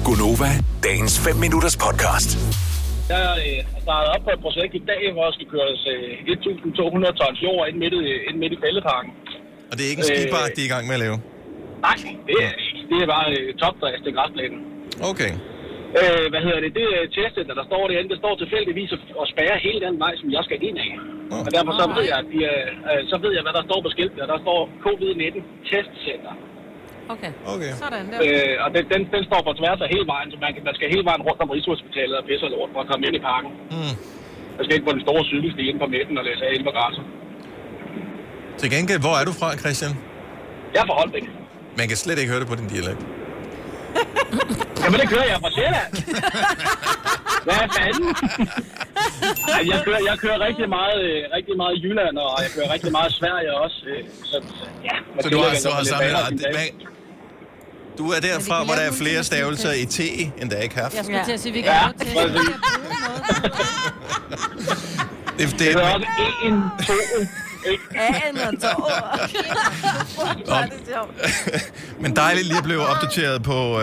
Gonova, dagens 5 minutters podcast. Jeg startede op på et projekt i dag, hvor jeg skal køres 1.200 tons jord ind midt i fældeparken. Og det er ikke en skipark, de er i gang med at lave? Nej, det er ikke. Det er bare topdrift til græsplænen. Okay. Det testcenter, der står derinde, det står tilfældigvis og spærrer hele den vej, som jeg skal ind af. Og derfor så ved jeg, hvad der står på skiltet, og der står COVID-19 testcenter. Okay. Sådan der. Og den står på tværs af hele vejen, så man skal hele vejen rundt om Rigshospitalet og pisser lort for at komme ind i parken. Man skal ind på den store cykelsti inde på midten og læse af inde på græsset. Til gengæld, hvor er du fra, Christian? Jeg er fra Holbæk. Man kan slet ikke høre det på din dialekt. Jamen det kører jeg fra Sjælland. Hvad fanden? Jeg kører rigtig meget i Jylland, og jeg kører rigtig meget i Sverige også. Så du har samlet. Du er derfra, hvor der er flere stavelser i T, end der er i kaffe. Jeg skulle til at sige, vi kan godt til at bruge noget. Det er også 1, 2. Men dejligt lige at blive opdateret på...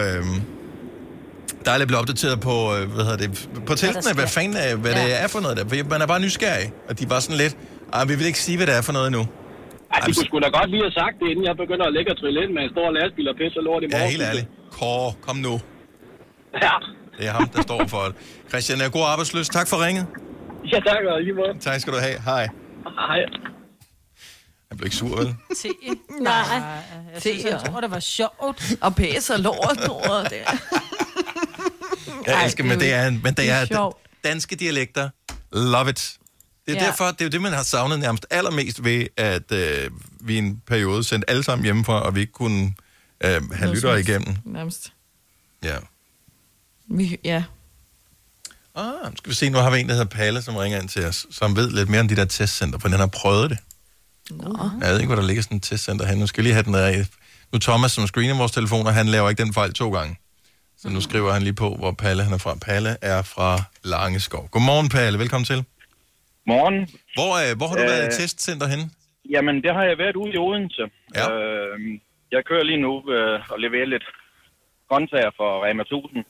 på teltene, hvad fanden er, hvad det er for noget der. Man er bare nysgerrig, og de var sådan lidt, vi vil ikke sige, hvad det er for noget nu. Ej, de kunne sgu da godt lige have sagt det, inden jeg begynder at lægge og trille ind med en stor lastbil og pisse og lort i morgen. Ja, helt ærligt. Kåre, kom nu. Ja. Det er ham, der står for det. Christian, er god arbejdsløs. Tak for ringet. Ja, tak, og lige måde. Tak skal du have. Hej. Hej. Jeg blev ikke sur, vel? Nej. Jeg tror, det var sjovt. Og pisse og lort der. Jeg elsker, men det er danske dialekter. Love it. Det er derfor, det er jo det, man har savnet nærmest allermest ved, at vi i en periode sendte alle sammen hjemmefra, og vi ikke kunne have lyttere igennem. Nærmest. Ja. Ja. Skal vi se, nu har vi en, der hedder Palle, som ringer ind til os, som ved lidt mere om de der testcenter, for den har prøvet det. Jeg ved ikke, hvor der ligger sådan et testcenter hen. Nu skal jeg lige have den der. Nu Thomas, som screener vores telefoner, han laver ikke den fejl 2 gange. Så nu skriver han lige på, hvor Palle han er fra. Palle er fra Langeskov. Godmorgen, Palle. Velkommen til. Morgen. Hvor har du været i testcenter henne? Jamen, det har jeg været ude i Odense. Ja. Jeg kører lige nu og leverer lidt grøntsager for Rema 1000.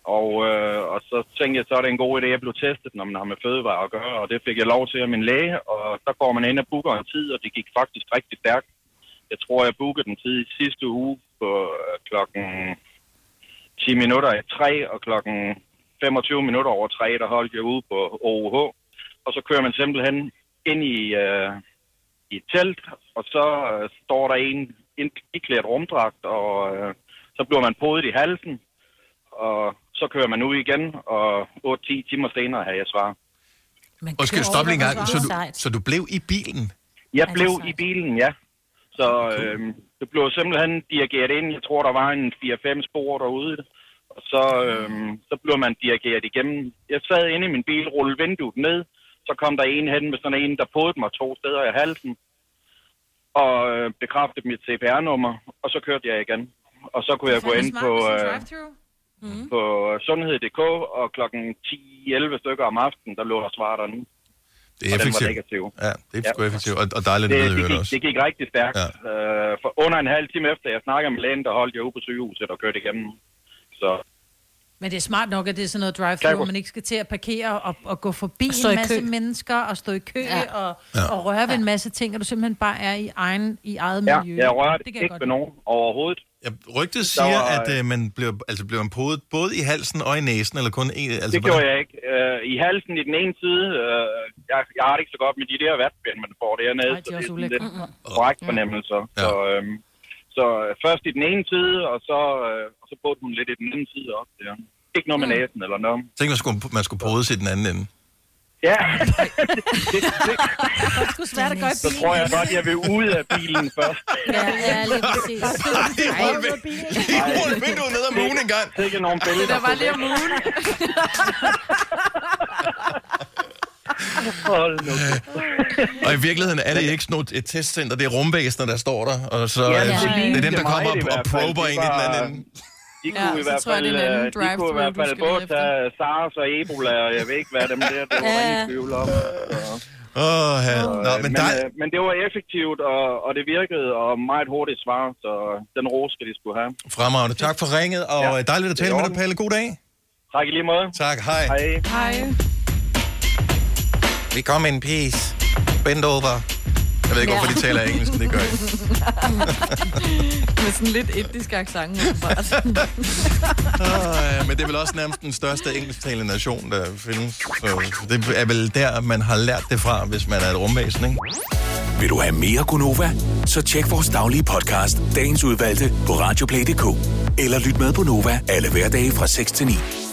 Og så tænkte jeg, så er det en god idé, at jeg blev testet, når man har med fødevarer at gøre. Og det fik jeg lov til af min læge, og så går man ind og booker en tid, og det gik faktisk rigtig stærkt. Jeg tror, jeg bookede den tid i sidste uge på klokken 10 minutter i 3, og klokken 25 minutter over 3, der holdt jeg ude på OUH. Og så kører man simpelthen ind i et telt, og så står der en iklædt rumdragt, og så bliver man podet i halsen, og så kører man ud igen, og 8-10 timer senere har jeg svar. Og skal du stoppe en gang, så du blev i bilen? Jeg blev i bilen, ja. Så det blev simpelthen dirigeret ind. Jeg tror, der var en 4-5 spor derude. Og så blev man dirigeret igennem. Jeg sad inde i min bil, rullede vinduet ned. Så kom der en hen med sådan en, der podede mig 2 steder i halsen. Og bekræftede mit CPR-nummer. Og så kørte jeg igen. Og så kunne jeg gå ind på sundhed.dk, og klokken 10-11 stykker om aftenen, der lå der svar der nu. Det er effektivt. Ja, det er sgu effektivt. Og dejligt at høre også. Det gik rigtig stærkt. Ja. For under en halv time efter, jeg snakkede med lægen, der holdt jeg ude på sygehuset og kørte igennem. Så. Men det er smart nok, at det er sådan noget drive-thru, hvor man ikke skal til at parkere og gå forbi en masse mennesker og stå i kø og røre ved en masse ting, og du simpelthen bare er i eget miljø. Ja, jeg rørte ikke ved nogen overhovedet. Ja, rygtet siger, at man blev podet både i halsen og i næsen, eller kun en? Altså, det gjorde jeg ikke. I halsen i den ene side, jeg har det ikke så godt med de der vatpind, man får dernede, så det er sådan lidt korrekt fornemmelser. Ja. Så først i den ene side, og så podede hun lidt i den anden side også. Ja. Ikke noget med næsen eller noget. Tænk, man skulle podes i den anden ende. Ja. Det skulle svært at gøre i bilen. Så tror jeg godt, jeg vil ud af bilen først. Ja, lige præcis. Rul vinduet ned ad mugen en gang. Det er ikke nogen billeder. Der var lige om mugen. Og i virkeligheden er det ikke sådan et testcenter, det er rumvæsener, der står der, og så det er dem, der kommer og prober ind i den anden ende. De kunne i hvert fald både tage SARS og Ebola, og jeg ved ikke hvad dem der, det var ingen tvivl om. Men det var effektivt, og det virkede, og meget hurtigt svar, så den ros skal de skulle have. Fremragende. Tak for ringet, og dejligt at tale med dig, Palle. God dag. Tak i lige måde. Tak, hej. Hej. We come in peace. Bend over. Jeg ved ikke, hvorfor de taler engelsk, men det gør jeg. Med sådan lidt indisk accent. Men det er vel også nærmest den største engelsktalende nation, der findes. Så det er vel der, man har lært det fra, hvis man er et rumvæsen, ikke? Vil du have mere Gunova? Så tjek vores daglige podcast, dagens udvalgte, på radioplay.dk. Eller lyt med på Nova alle hverdage fra 6 til 9.